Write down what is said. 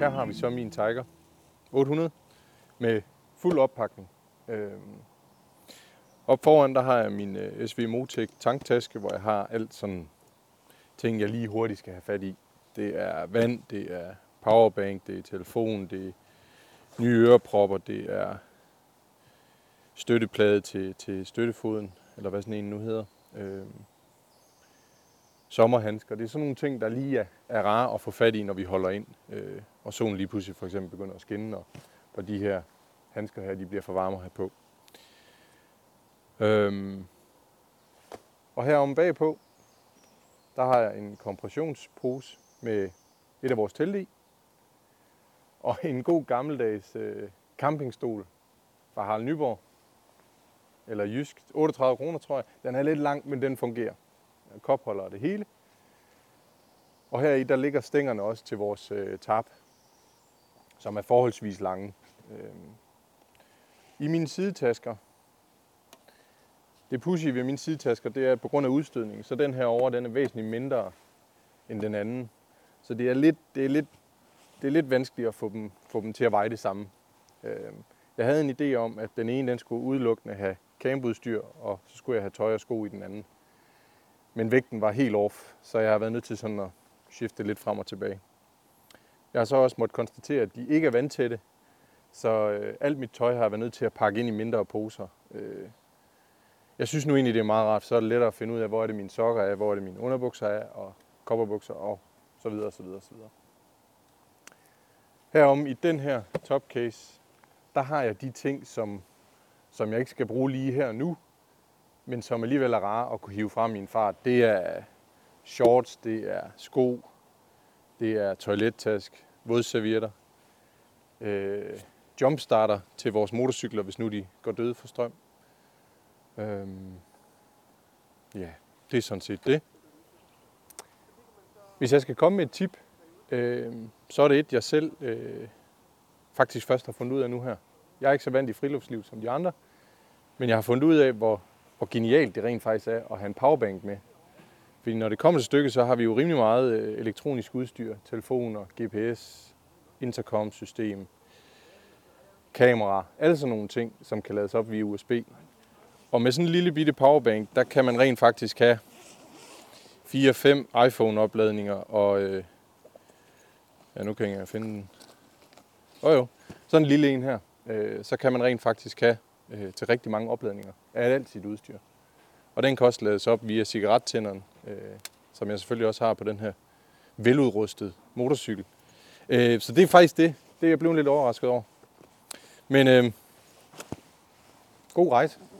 Her har vi så min Tiger 800 med fuld oppakning. Op foran der har jeg min SV Motec tanktaske, hvor jeg har alt sådan ting, jeg lige hurtigt skal have fat i. Det er vand, det er powerbank, det er telefon, det er nye ørepropper, det er støtteplade til støttefoden, eller hvad sådan en nu hedder. Sommerhandsker. Det er sådan nogle ting, der lige er rare at få fat i, når vi holder ind. Og solen lige pludselig for eksempel begynder at skinne, og de her handsker her, de bliver for varme at have på. Og heromme bagpå, der har jeg en kompressionspose med et af vores telte i. Og en god gammeldags campingstol fra Harald Nyborg. Eller Jysk. 38 kroner, tror jeg. Den er lidt lang, men den fungerer. Kopholder det hele. Og heri der ligger stængerne også til vores tarp, som er forholdsvis lange. I mine sidetasker, det pudsige ved mine sidetasker, det er på grund af udstødning, så den her over, den er væsentligt mindre end den anden. Så det er lidt vanskeligt at få dem til at veje det samme. Jeg havde en idé om, at den ene den skulle udelukkende have campudstyr, og så skulle jeg have tøj og sko i den anden. Men vægten var helt off, så jeg har været nødt til sådan at skifte lidt frem og tilbage. Jeg har så også måttet konstatere, at de ikke er vandtætte, så alt mit tøj har jeg været nødt til at pakke ind i mindre poser. Jeg synes nu egentlig, det er meget rart, så er det lettere at finde ud af, hvor er det mine sokker er, hvor er det mine underbukser er, og kopperbukser og så videre, så videre, så videre. Herom i den her topcase, der har jeg de ting, som jeg ikke skal bruge lige her nu, men som alligevel er rare at kunne hive frem i en fart. Det er shorts, det er sko, det er toilettask, vådservietter, jumpstarter til vores motorcykler, hvis nu de går døde for strøm. Ja, det er sådan set det. Hvis jeg skal komme med et tip, så er det et, jeg selv faktisk først har fundet ud af nu her. Jeg er ikke så vant i friluftsliv som de andre, men jeg har fundet ud af, hvor genialt det rent faktisk er at have en powerbank med. Fordi når det kommer til stykket, så har vi jo rimelig meget elektronisk udstyr. Telefoner, GPS, intercom-system, kamera, alle sådan nogle ting, som kan lades op via USB. Og med sådan en lille bitte powerbank, der kan man rent faktisk have 4-5 iPhone-opladninger, og ja, nu kan jeg finde den. Sådan en lille en her, så kan man rent faktisk have til rigtig mange opladninger af alt sit udstyr. Og den kan også lades op via cigarettænderen, som jeg selvfølgelig også har på den her veludrustede motorcykel. Så det er faktisk det er jeg blevet lidt overrasket over. Men god rejse.